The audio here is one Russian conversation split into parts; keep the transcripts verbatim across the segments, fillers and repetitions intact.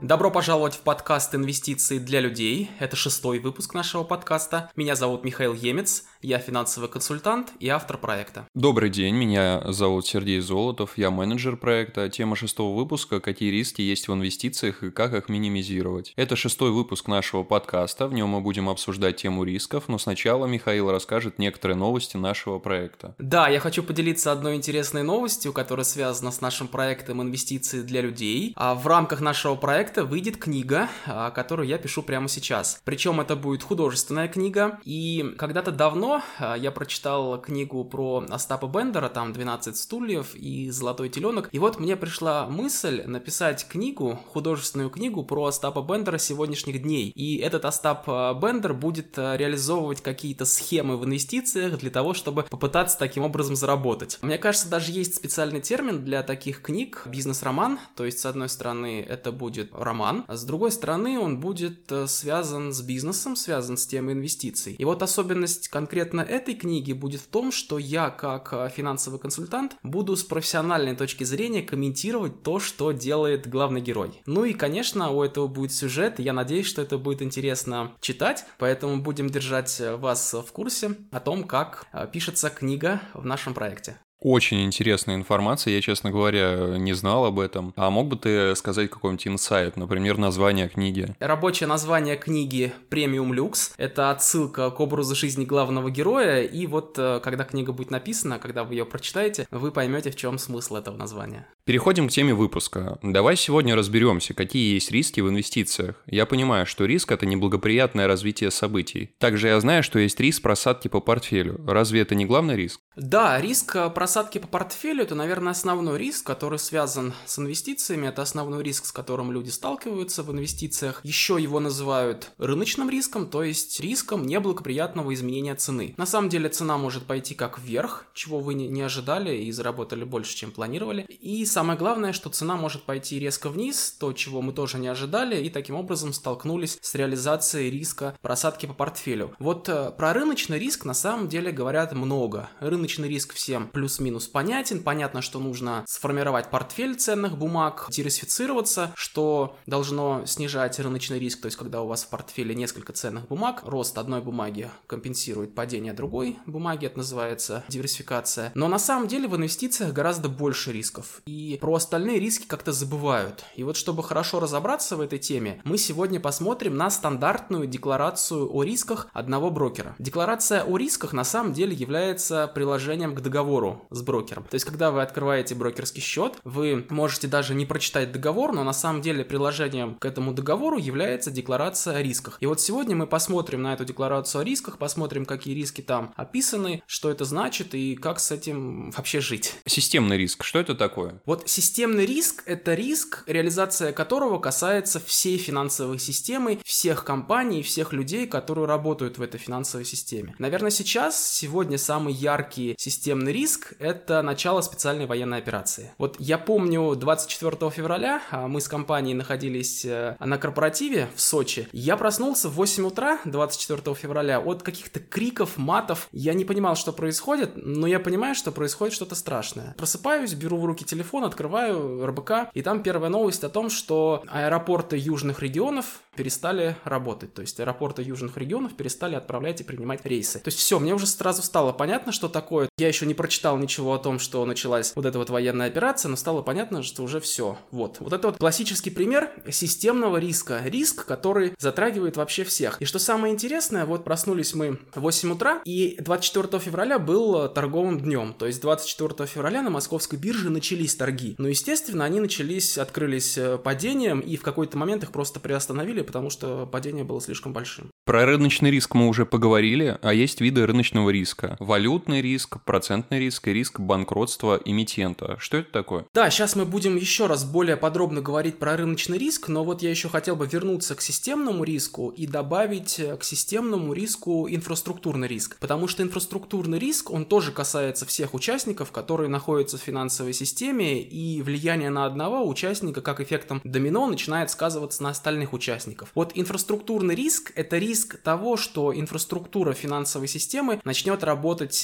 Добро пожаловать в подкаст «Инвестиции для людей». Это шестой выпуск нашего подкаста. Меня зовут Михаил Емец, я финансовый консультант и автор проекта. Добрый день, меня зовут Сергей Золотов, я менеджер проекта. Тема шестого выпуска – какие риски есть в инвестициях и как их минимизировать. Это шестой выпуск нашего подкаста, в нем мы будем обсуждать тему рисков, но сначала Михаил расскажет некоторые новости нашего проекта. Да, я хочу поделиться одной интересной новостью, которая связана с нашим проектом «Инвестиции для людей». А в рамках нашего проекта выйдет книга, которую я пишу прямо сейчас. Причем это будет художественная книга. И когда-то давно я прочитал книгу про Остапа Бендера, там двенадцать стульев и Золотой теленок. И вот мне пришла мысль написать книгу, художественную книгу про Остапа Бендера сегодняшних дней. И этот Остап Бендер будет реализовывать какие-то схемы в инвестициях для того, чтобы попытаться таким образом заработать. Мне кажется, даже есть специальный термин для таких книг — бизнес-роман. То есть, с одной стороны, это будет роман, а с другой стороны он будет связан с бизнесом, связан с темой инвестиций. И вот особенность конкретно этой книги будет в том, что я, как финансовый консультант, буду с профессиональной точки зрения комментировать то, что делает главный герой. Ну и, конечно, у этого будет сюжет, и я надеюсь, что это будет интересно читать, поэтому будем держать вас в курсе о том, как пишется книга в нашем проекте. Очень интересная информация, я, честно говоря, не знал об этом. А мог бы ты сказать какой-нибудь инсайт, например, название книги? Рабочее название книги «Премиум Люкс». Это отсылка к образу жизни главного героя, и вот когда книга будет написана, когда вы ее прочитаете, вы поймете, в чем смысл этого названия. Переходим к теме выпуска. Давай сегодня разберемся, какие есть риски в инвестициях. Я понимаю, что риск – это неблагоприятное развитие событий. Также я знаю, что есть риск просадки по портфелю. Разве это не главный риск? Да, риск просадки по портфелю – это, наверное, основной риск, который связан с инвестициями. Это основной риск, с которым люди сталкиваются в инвестициях. Еще его называют рыночным риском, то есть риском неблагоприятного изменения цены. На самом деле цена может пойти как вверх, чего вы не ожидали и заработали больше, чем планировали. И самое главное, что цена может пойти резко вниз, то, чего мы тоже не ожидали, и таким образом столкнулись с реализацией риска просадки по портфелю. Вот про рыночный риск на самом деле говорят много. Рыночный риск всем плюс-минус понятен. Понятно, что нужно сформировать портфель ценных бумаг, диверсифицироваться, что должно снижать рыночный риск. То есть, когда у вас в портфеле несколько ценных бумаг, рост одной бумаги компенсирует падение другой бумаги. Это называется диверсификация. Но на самом деле в инвестициях гораздо больше рисков. И про остальные риски как-то забывают. И вот чтобы хорошо разобраться в этой теме, мы сегодня посмотрим на стандартную декларацию о рисках одного брокера. Декларация о рисках на самом деле является приложением к договору с брокером. То есть, когда вы открываете брокерский счет, вы можете даже не прочитать договор, но на самом деле приложением к этому договору является декларация о рисках. И вот сегодня мы посмотрим на эту декларацию о рисках, посмотрим, какие риски там описаны, что это значит и как с этим вообще жить. Системный риск, что это такое? Вот системный риск – это риск, реализация которого касается всей финансовой системы, всех компаний, всех людей, которые работают в этой финансовой системе. Наверное, сейчас, сегодня самый яркий системный риск – это начало специальной военной операции. Вот я помню, двадцать четвёртого февраля мы с компанией находились на корпоративе в Сочи. Я проснулся в восемь утра двадцать четвёртого февраля от каких-то криков, матов. Я не понимал, что происходит, но я понимаю, что происходит что-то страшное. Просыпаюсь, беру в руки телефон, открываю эр бэ ка, и там первая новость о том, что аэропорты южных регионов перестали работать. То есть аэропорты южных регионов перестали отправлять и принимать рейсы. То есть все, мне уже сразу стало понятно, что такое. Я еще не прочитал ничего о том, что началась вот эта вот военная операция, но стало понятно, что уже все. Вот. Вот это вот классический пример системного риска. Риск, который затрагивает вообще всех. И что самое интересное, вот проснулись мы в восемь утра, и двадцать четвёртого февраля был торговым днем. То есть двадцать четвёртого февраля на московской бирже начались торги. Но, естественно, они начались, открылись падением, и в какой-то момент их просто приостановили, потому что падение было слишком большим. Про рыночный риск мы уже поговорили, а есть виды рыночного риска. Валютный риск, процентный риск и риск банкротства эмитента. Что это такое? Да, сейчас мы будем еще раз более подробно говорить про рыночный риск, но вот я еще хотел бы вернуться к системному риску и добавить к системному риску инфраструктурный риск. Потому что инфраструктурный риск, он тоже касается всех участников, которые находятся в финансовой системе, и влияние на одного участника, как эффектом домино, начинает сказываться на остальных участников. Вот инфраструктурный риск – это риск того, что инфраструктура финансовой системы начнет работать как-то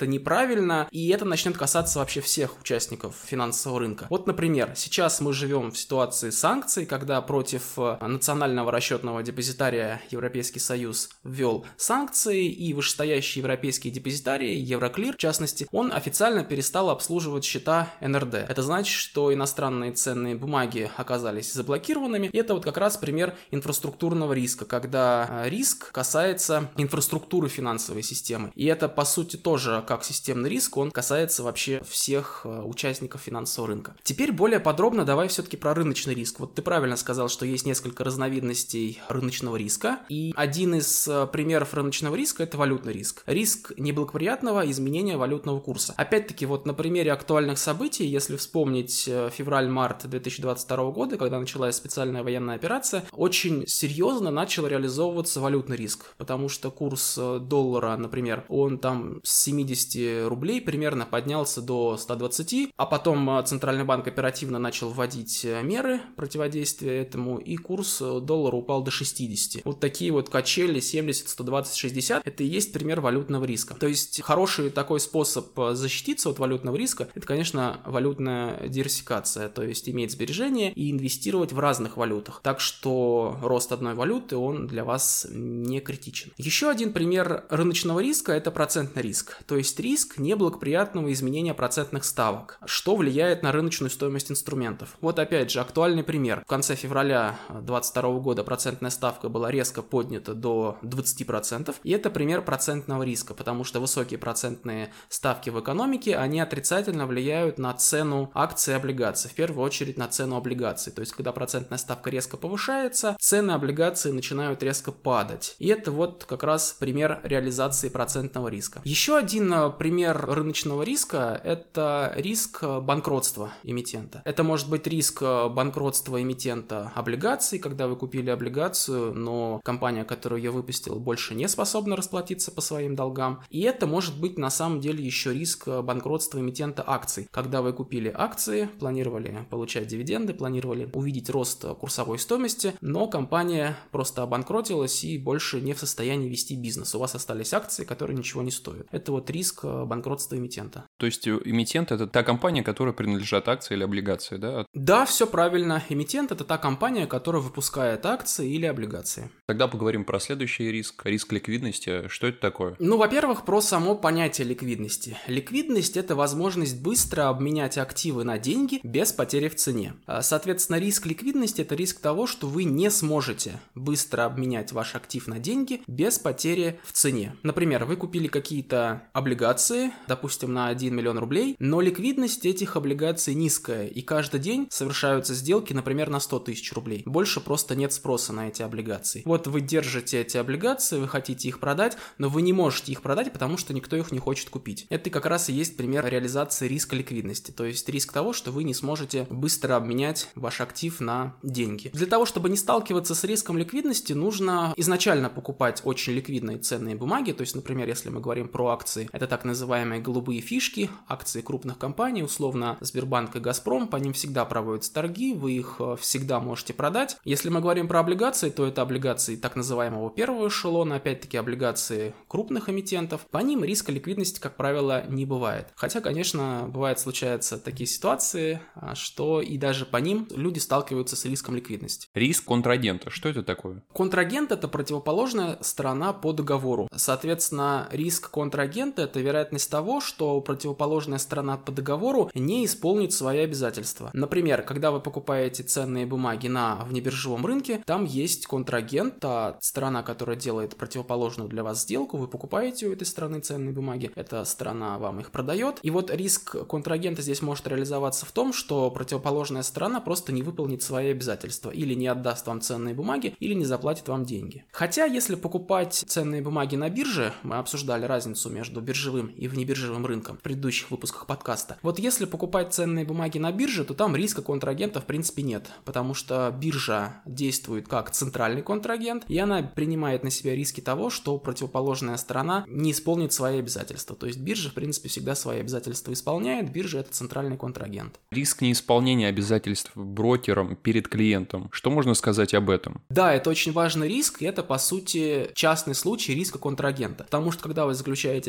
неправильно, и это начнет касаться вообще всех участников финансового рынка. Вот, например, сейчас мы живем в ситуации санкций, когда против национального расчетного депозитария Европейский Союз ввел санкции, и вышестоящий европейский депозитарий, Евроклир, в частности, он официально перестал обслуживать счета эн эр дэ. Это значит, что иностранные ценные бумаги оказались заблокированными. И это вот как раз пример инфраструктурного риска, когда риск касается инфраструктуры финансовой системы. И это, по сути, тоже как системный риск, он касается вообще всех участников финансового рынка. Теперь более подробно давай все-таки про рыночный риск. Вот ты правильно сказал, что есть несколько разновидностей рыночного риска. И один из примеров рыночного риска – это валютный риск. Риск неблагоприятного изменения валютного курса. Опять-таки, вот на примере актуальных событий, если вспомнить февраль-март две тысячи двадцать второго года, когда началась специальная военная операция, очень серьезно начал реализовываться валютный риск, потому что курс доллара, например, он там с семидесяти рублей примерно поднялся до ста двадцати, а потом Центральный банк оперативно начал вводить меры противодействия этому, и курс доллара упал до шестидесяти. Вот такие вот качели семьдесят, сто двадцать, шестьдесят, это и есть пример валютного риска. То есть хороший такой способ защититься от валютного риска, это, конечно, валютная диверсификация, то есть иметь сбережения и инвестировать в разных валютах. Так что рост одной валюты, он для вас не критичен. Еще один пример рыночного риска – это процентный риск, то есть риск неблагоприятного изменения процентных ставок, что влияет на рыночную стоимость инструментов. Вот опять же актуальный пример. В конце февраля две тысячи двадцать второго года процентная ставка была резко поднята до двадцати процентов, и это пример процентного риска, потому что высокие процентные ставки в экономике, они отрицательно влияют на цену акций и облигаций, в первую очередь на цену облигаций. То есть, когда процентная ставка резко повышается, цены облигаций начинают резко падать. И это вот как раз пример реализации процентного риска. Еще один пример рыночного риска – это риск банкротства эмитента. Это может быть риск банкротства эмитента облигаций, когда вы купили облигацию, но компания, которую ее выпустила, больше не способна расплатиться по своим долгам. И это может быть на самом деле еще риск банкротства эмитента акций, когда вы купили акции, планировали получать дивиденды, планировали увидеть рост курсовой стоимости, но компания просто обанкротилась и больше не в состоянии вести бизнес. У вас остались акции, которые ничего не стоят. Это вот риск банкротства эмитента. То есть эмитент – это та компания, которой принадлежат акции или облигации, да? Да, все правильно. Эмитент – это та компания, которая выпускает акции или облигации. Тогда поговорим про следующий риск. Риск ликвидности. Что это такое? Ну, во-первых, про само понятие ликвидности. Ликвидность – это возможность быстро обменять активы на деньги без потери в цене. Соответственно, риск ликвидности – это риск того, что вы не сможете быстро обменять ваш актив на деньги без потери в цене. Например, вы купили какие-то облигации, допустим, на один миллион рублей, но ликвидность этих облигаций низкая, и каждый день совершаются сделки, например, на сто тысяч рублей. Больше просто нет спроса на эти облигации. Вот вы держите эти облигации, вы хотите их продать, но вы не можете их продать, потому что никто их не хочет купить. Это как раз и есть пример реализации риска ликвидности, то есть риск того, что вы не сможете быстро обменять ваш актив на деньги. Для того, чтобы не сталкиваться с риском ликвидности, нужно изначально покупать очень ликвидные ценные бумаги, то есть, например, если мы говорим про акции, это так называемые голубые фишки, акции крупных компаний, условно Сбербанк и Газпром, по ним всегда проводятся торги, вы их всегда можете продать. Если мы говорим про облигации, то это облигации так называемого первого эшелона, опять-таки облигации крупных эмитентов, по ним риска ликвидности, как правило, не бывает. Хотя, конечно, бывает, случаются такие ситуации, что и даже по ним люди сталкиваются с риском ликвидности. Риск контрагента. Что это такое? Контрагент – это противоположная сторона по договору. Соответственно, риск контрагента – это вероятность того, что противоположная сторона по договору не исполнит свои обязательства. Например, когда вы покупаете ценные бумаги на внебиржевом рынке, там есть контрагент, та сторона, которая делает противоположную для вас сделку, вы покупаете у этой стороны ценные бумаги, эта сторона вам их продает. И вот риск контрагента здесь может реализоваться в том, что противоположная сторона просто не выполнит свои обязательства, или не отдаст вам ценные бумаги, или не заплатит вам деньги. Хотя, если покупать ценные бумаги на бирже, мы обсуждали разницу между биржевым и внебиржевым рынком в предыдущих выпусках подкаста. Вот если покупать ценные бумаги на бирже, то там риска контрагента в принципе нет, потому что биржа действует как центральный контрагент, и она принимает на себя риски того, что противоположная сторона не исполнит свои обязательства. То есть биржа в принципе всегда свои обязательства исполняет, биржа – это центральный контрагент. Риск неисполнения обязательств брокером перед клиентом. Что можно сказать об этом? Да, это очень важный риск, и это по сути частный случай риска контрагента. Потому что когда вы заключаете договор с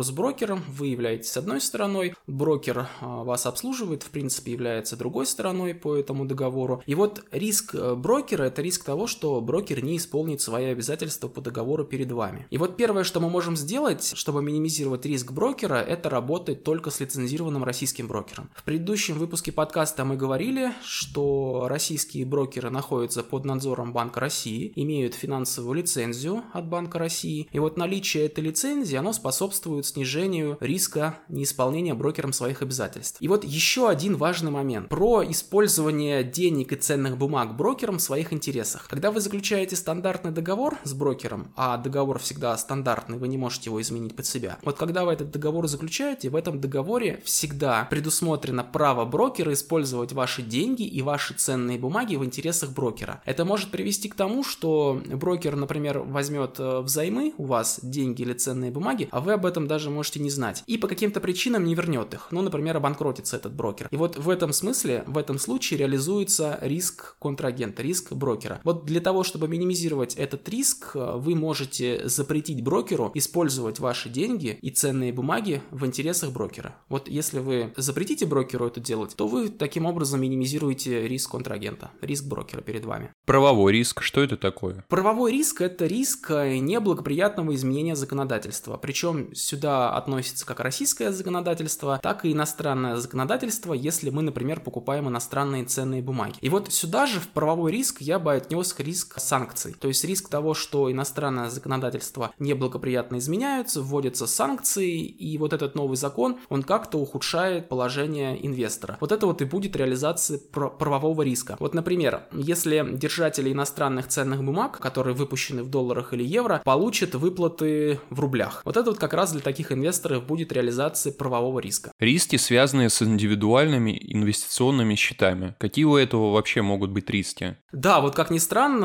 с брокером, вы являетесь одной стороной, брокер вас обслуживает, в принципе, является другой стороной по этому договору. И вот риск брокера – это риск того, что брокер не исполнит свои обязательства по договору перед вами. И вот первое, что мы можем сделать, чтобы минимизировать риск брокера, это работать только с лицензированным российским брокером. В предыдущем выпуске подкаста мы говорили, что российские брокеры находятся под надзором Банка России, имеют финансовую лицензию от Банка России. И вот наличие этой лицензии, оно способствует снижению риска неисполнения брокером своих обязательств. И вот еще один важный момент про использование денег и ценных бумаг брокером в своих интересах. Когда вы заключаете стандартный договор с брокером, а договор всегда стандартный, вы не можете его изменить под себя. Вот когда вы этот договор заключаете, в этом договоре всегда предусмотрено право брокера использовать ваши деньги и ваши ценные бумаги в интересах брокера. Это может привести к тому, что брокер, например, возьмет взаймы у вас деньги или ценные бумаги, а вы об этом даже можете не знать. И по каким-то причинам не вернет их. Ну, например, обанкротится этот брокер. И вот в этом смысле, в этом случае реализуется риск контрагента, риск брокера. Вот для того, чтобы минимизировать этот риск, вы можете запретить брокеру использовать ваши деньги и ценные бумаги в интересах брокера. Вот если вы запретите брокеру это делать, то вы таким образом минимизируете риск контрагента, риск брокера перед вами. Правовой риск, что это такое? Правовой риск – это риск неблагоприятного изменения законодательства. Причем сюда относится как российское законодательство, так и иностранное законодательство, если мы, например, покупаем иностранные ценные бумаги. И вот сюда же в правовой риск я бы отнес риск санкций. То есть риск того, что иностранное законодательство неблагоприятно изменяются, вводятся санкции, и вот этот новый закон, он как-то ухудшает положение инвестора. Вот это вот и будет реализация правового риска. Вот, например, если держатели иностранных ценных бумаг, которые выпущены в долларах или евро, получат выплаты в рублях. Вот это вот как раз для таких инвесторов будет реализация правового риска. Риски, связанные с индивидуальными инвестиционными счетами. Какие у этого вообще могут быть риски? Да, вот как ни странно,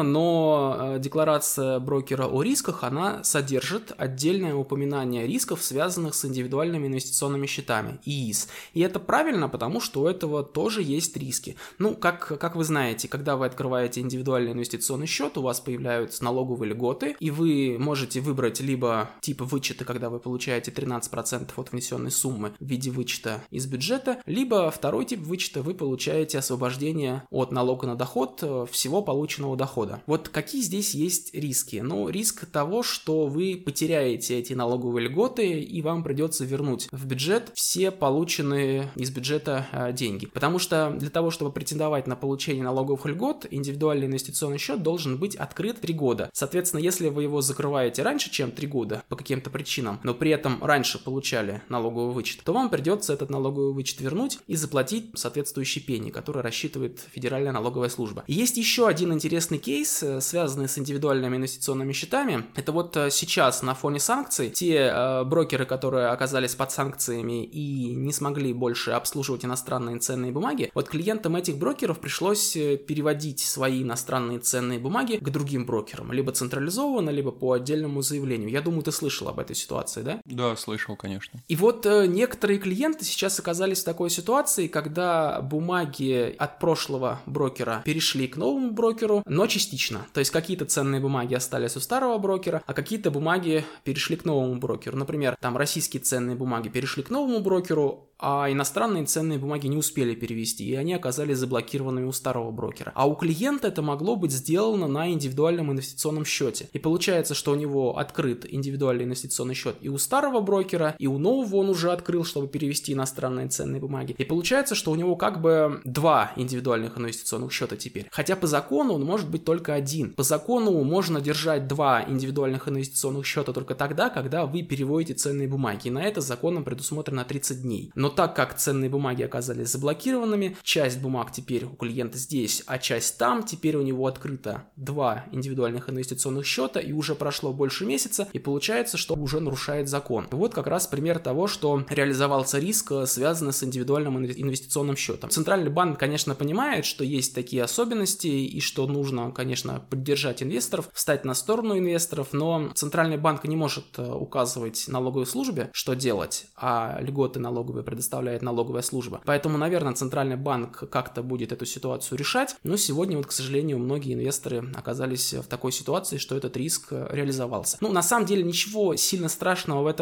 но декларация брокера о рисках, она содержит отдельное упоминание рисков, связанных с индивидуальными инвестиционными счетами, ИИС. И это правильно, потому что у этого тоже есть риски. Ну, как, как вы знаете, когда вы открываете индивидуальный инвестиционный счет, у вас появляются налоговые льготы, и вы можете выбрать либо тип вычета, когда вы получаете тринадцать процентов от внесенной суммы в виде вычета из бюджета, либо второй тип вычета, вы получаете освобождение от налога на доход всего полученного дохода. Вот какие здесь есть риски? Ну, риск того, что вы потеряете эти налоговые льготы, и вам придется вернуть в бюджет все полученные из бюджета э, деньги. Потому что для того, чтобы претендовать на получение налоговых льгот, индивидуальный инвестиционный счет должен быть открыт три года. Соответственно, если вы его закрываете раньше, чем три года, по каким-то причинам, но при этом раньше получали налоговый вычет, то вам придется этот налоговый вычет вернуть и заплатить соответствующие пени, которые рассчитывает Федеральная налоговая служба. И есть еще один интересный кейс, связанный с индивидуальными инвестиционными счетами. Это вот сейчас на фоне санкций те э, брокеры, которые оказались под санкциями и не смогли больше обслуживать иностранные ценные бумаги, вот клиентам этих брокеров пришлось переводить свои иностранные ценные бумаги к другим брокерам, либо централизованно, либо по отдельному заявлению. Я думаю, ты слышал об этой ситуации, да? Да, слышал, конечно. И вот э, некоторые клиенты сейчас оказались в такой ситуации, когда бумаги от прошлого брокера перешли к новому брокеру, но частично. То есть какие-то ценные бумаги остались у старого брокера, а какие-то бумаги перешли к новому брокеру. Например, там российские ценные бумаги перешли к новому брокеру, а иностранные ценные бумаги не успели перевести, и они оказались заблокированными у старого брокера. А у клиента это могло быть сделано на индивидуальном инвестиционном счете. И получается, что у него открыт индивидуальный инвестиционный счет и у старого брокера, и у нового он уже открыл, чтобы перевести иностранные ценные бумаги. И получается, что у него как бы два индивидуальных инвестиционных счета теперь. Хотя по закону он может быть только один. По закону можно держать два индивидуальных инвестиционных счета только тогда, когда вы переводите ценные бумаги. И на это законом предусмотрено тридцать дней. Но так как ценные бумаги оказались заблокированными, часть бумаг теперь у клиента здесь, а часть там, теперь у него открыто два индивидуальных инвестиционных счета, и уже прошло больше месяца, и получается, что уже нарушает закон. Вот как раз пример того, что реализовался риск, связанный с индивидуальным инвестиционным счетом. Центральный банк, конечно, понимает, что есть такие особенности, и что нужно, конечно, поддержать инвесторов, встать на сторону инвесторов, но Центральный банк не может указывать налоговой службе, что делать, а льготы налоговые предоставляет налоговая служба. Поэтому, наверное, Центральный банк как-то будет эту ситуацию решать, но сегодня, вот, к сожалению, многие инвесторы оказались в такой ситуации, что этот риск реализовался. Ну, на самом деле, ничего сильно страшного в этом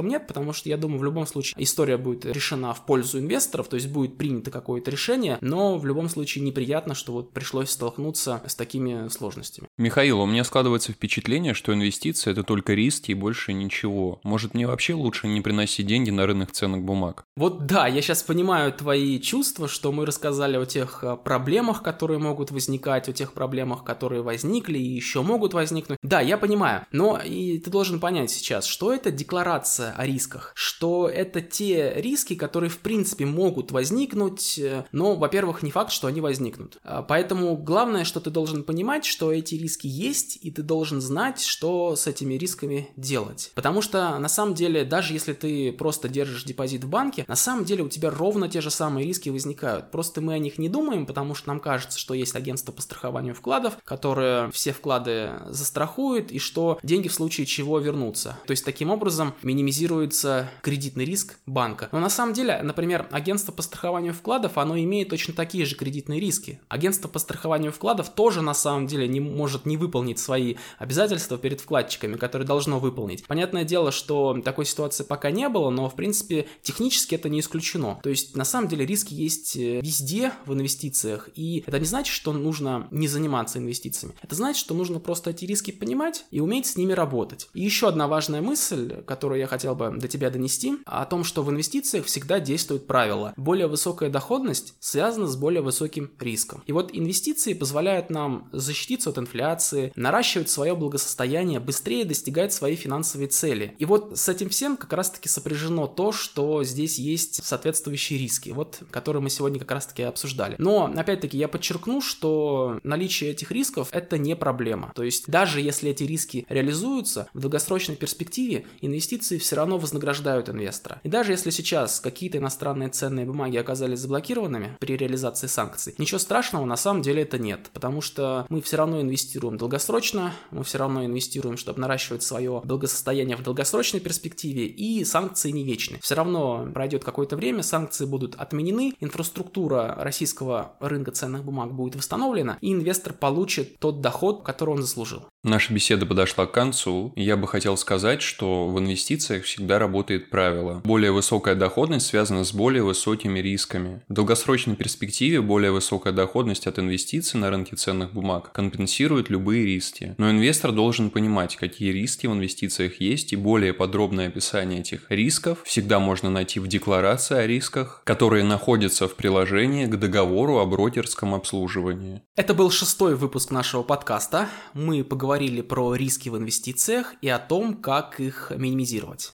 риском нет, потому что, я думаю, в любом случае история будет решена в пользу инвесторов, то есть будет принято какое-то решение, но в любом случае неприятно, что вот пришлось столкнуться с такими сложностями. Михаил, у меня складывается впечатление, что инвестиции – это только риски и больше ничего. Может, мне вообще лучше не приносить деньги на рынок ценных бумаг? Вот да, я сейчас понимаю твои чувства, что мы рассказали о тех проблемах, которые могут возникать, о тех проблемах, которые возникли и еще могут возникнуть. Да, я понимаю, но и ты должен понять сейчас, что это декларация о рисках, что это те риски, которые в принципе могут возникнуть, но, во-первых, не факт, что они возникнут. Поэтому главное, что ты должен понимать, что эти риски есть, и ты должен знать, что с этими рисками делать. Потому что, на самом деле, даже если ты просто держишь депозит в банке, на самом деле у тебя ровно те же самые риски возникают. Просто мы о них не думаем, потому что нам кажется, что есть агентство по страхованию вкладов, которое все вклады застрахует, и что деньги в случае чего вернутся. То есть, таким образом, минимизируется кредитный риск банка. Но на самом деле, например, агентство по страхованию вкладов, оно имеет точно такие же кредитные риски. Агентство по страхованию вкладов тоже, на самом деле, не может не выполнить свои обязательства перед вкладчиками, которые должно выполнить. Понятное дело, что такой ситуации пока не было, но, в принципе, технически это не исключено. То есть, на самом деле, риски есть везде в инвестициях, и это не значит, что нужно не заниматься инвестициями. Это значит, что нужно просто эти риски понимать и уметь с ними работать. И еще одна важная мысль, которую я хотел бы до тебя донести, о том, что в инвестициях всегда действует правило. Более высокая доходность связана с более высоким риском. И вот инвестиции позволяют нам защититься от инфляции, наращивать свое благосостояние, быстрее достигать свои финансовые цели. И вот с этим всем как раз-таки сопряжено то, что здесь есть соответствующие риски, вот, которые мы сегодня как раз-таки обсуждали. Но, опять-таки, я подчеркну, что наличие этих рисков – это не проблема. То есть, даже если эти риски реализуются, в долгосрочной перспективе инвестиции все равно вознаграждают инвестора. И даже если сейчас какие-то иностранные ценные бумаги оказались заблокированными при реализации санкций, ничего страшного на самом деле это нет, потому что мы все равно инвестируем долгосрочно, мы все равно инвестируем, чтобы наращивать свое благосостояние в долгосрочной перспективе, и санкции не вечны. Все равно пройдет какое-то время, санкции будут отменены, инфраструктура российского рынка ценных бумаг будет восстановлена, и инвестор получит тот доход, который он заслужил. Наша беседа подошла к концу, и я бы хотел сказать, что в инвестициях всегда работает правило. Более высокая доходность связана с более высокими рисками. В долгосрочной перспективе более высокая доходность от инвестиций на рынке ценных бумаг компенсирует любые риски. Но инвестор должен понимать, какие риски в инвестициях есть, и более подробное описание этих рисков всегда можно найти в декларации о рисках, которые находятся в приложении к договору о брокерском обслуживании. Это был шестой выпуск нашего подкаста. Мы поговорили Говорили про риски в инвестициях и о том, как их минимизировать.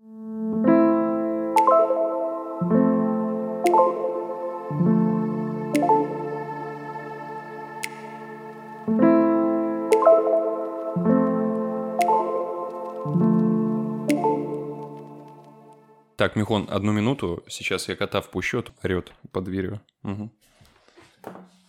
Так, Михон, одну минуту. Сейчас я кота впущу, орет под дверью. Угу.